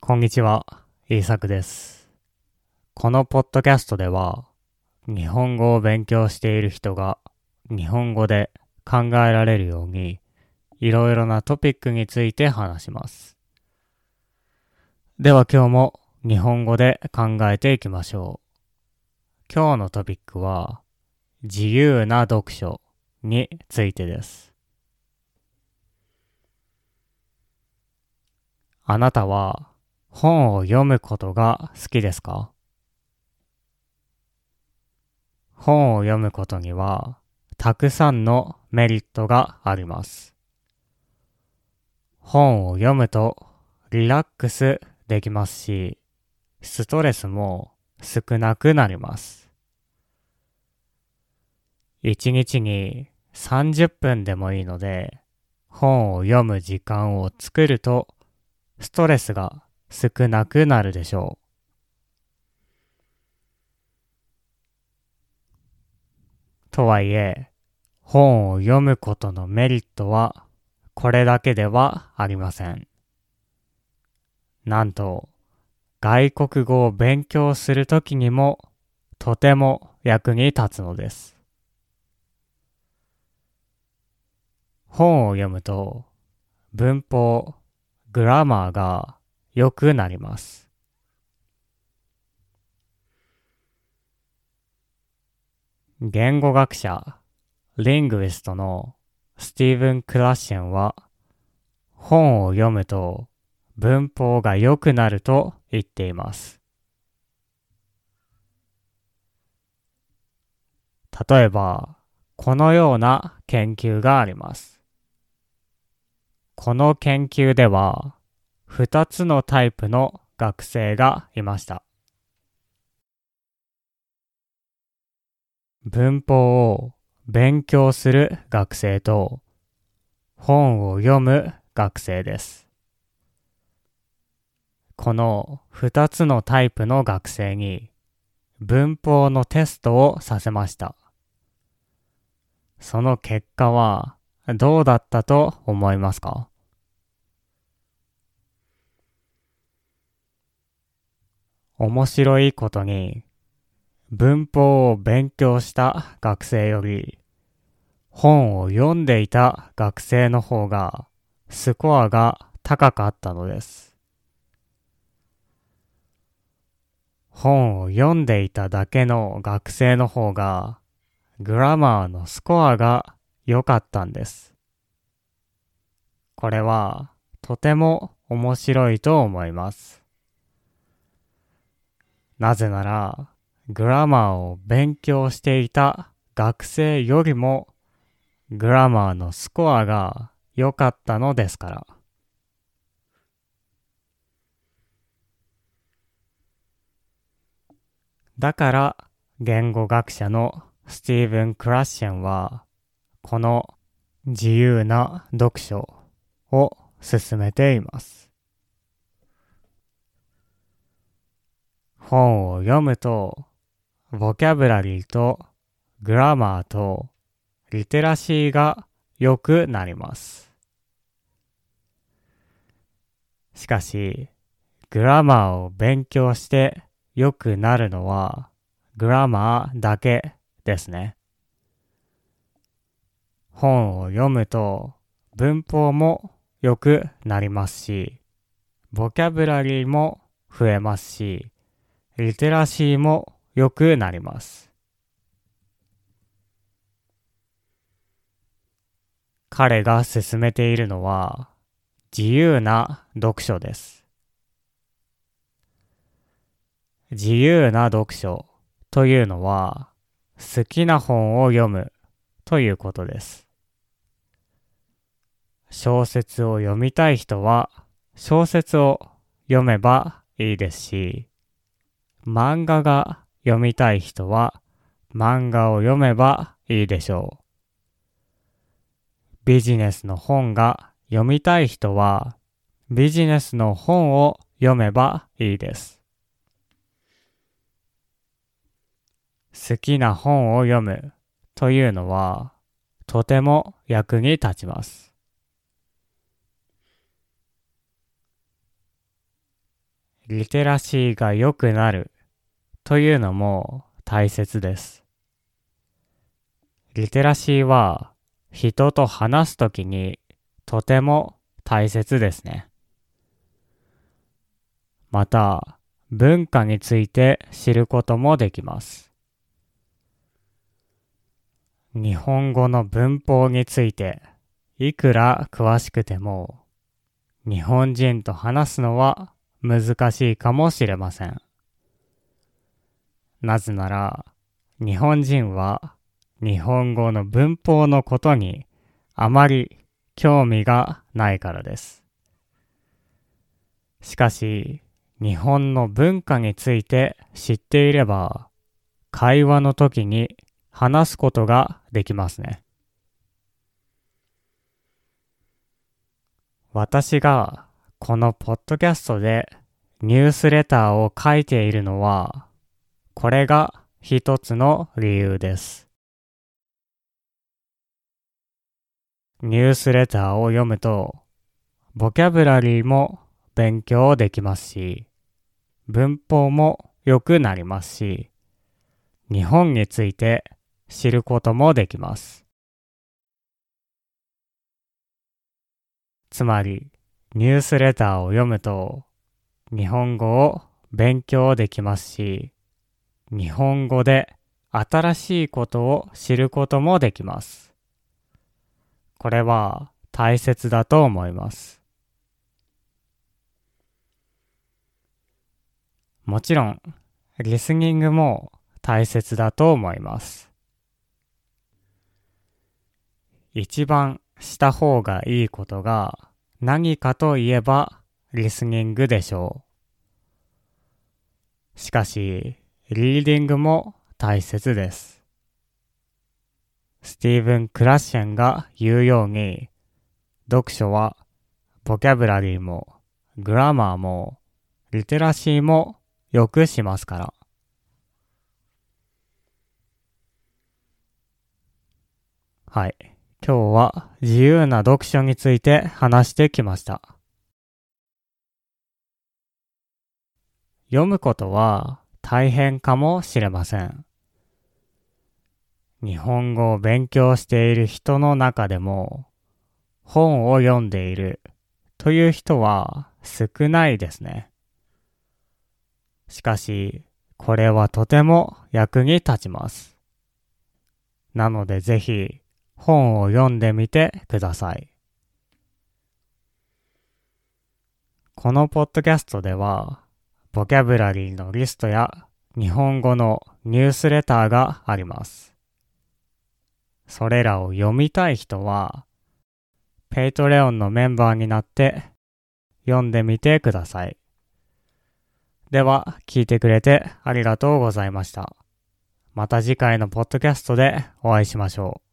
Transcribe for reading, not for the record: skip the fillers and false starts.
こんにちは、イーサクです。このポッドキャストでは、日本語を勉強している人が日本語で考えられるように、いろいろなトピックについて話します。では今日も日本語で考えていきましょう。今日のトピックは、自由な読書についてです。あなたは本を読むことが好きですか？本を読むことにはたくさんのメリットがあります。本を読むとリラックスできますし、ストレスも少なくなります。1日に30分でもいいので、本を読む時間を作るとストレスが少なくなるでしょう。とはいえ、本を読むことのメリットはこれだけではありません。なんと、外国語を勉強するときにもとても役に立つのです。本を読むと文法、グラマーが良くなります。言語学者、リングイストのスティーブン・クラッシェンは、本を読むと文法が良くなると言っています。例えば、このような研究があります。この研究では、2つのタイプの学生がいました。文法を勉強する学生と、本を読む学生です。この2つのタイプの学生に、文法のテストをさせました。その結果はどうだったと思いますか？面白いことに、文法を勉強した学生より、本を読んでいた学生の方が、スコアが高かったのです。本を読んでいただけの学生の方が、グラマーのスコアが良かったんです。これは、とても面白いと思います。なぜなら、グラマーを勉強していた学生よりも、グラマーのスコアが良かったのですから。だから、言語学者のスティーブン・クラッシェンは、この自由な読書を進めています。本を読むと、ボキャブラリーとグラマーとリテラシーが良くなります。しかし、グラマーを勉強して良くなるのはグラマーだけですね。本を読むと文法も良くなりますし、ボキャブラリーも増えますし、リテラシーも良くなります。彼が進めているのは自由な読書です。自由な読書というのは好きな本を読むということです。小説を読みたい人は小説を読めばいいですし、漫画が読みたい人は漫画を読めばいいでしょう。ビジネスの本が読みたい人はビジネスの本を読めばいいです。好きな本を読むというのはとても役に立ちます。 リテラシーが良くなるというのも大切です。リテラシーは人と話すときにとても大切ですね。また、文化について知ることもできます。日本語の文法についていくら詳しくても、日本人と話すのは難しいかもしれません。なぜなら、日本人は日本語の文法のことにあまり興味がないからです。しかし、日本の文化について知っていれば、会話の時に話すことができますね。私がこのポッドキャストでニュースレターを書いているのは、これが一つの理由です。ニュースレターを読むと、ボキャブラリーも勉強できますし、文法も良くなりますし、日本について知ることもできます。つまり、ニュースレターを読むと、日本語を勉強できますし、日本語で新しいことを知ることもできます。これは大切だと思います。もちろん、リスニングも大切だと思います。一番した方がいいことが何かといえばリスニングでしょう。しかし、リーディングも大切です。スティーブン・クラッシェンが言うように、読書はボキャブラリーもグラマーもリテラシーも良くしますから。はい。今日は自由な読書について話してきました。読むことは大変かもしれません。日本語を勉強している人の中でも本を読んでいるという人は少ないですね。しかし、これはとても役に立ちます。なのでぜひ本を読んでみてください。このポッドキャストでは、ボキャブラリーのリストや日本語のニュースレターがあります。それらを読みたい人は、ペイトレオンのメンバーになって読んでみてください。では、聞いてくれてありがとうございました。また次回のポッドキャストでお会いしましょう。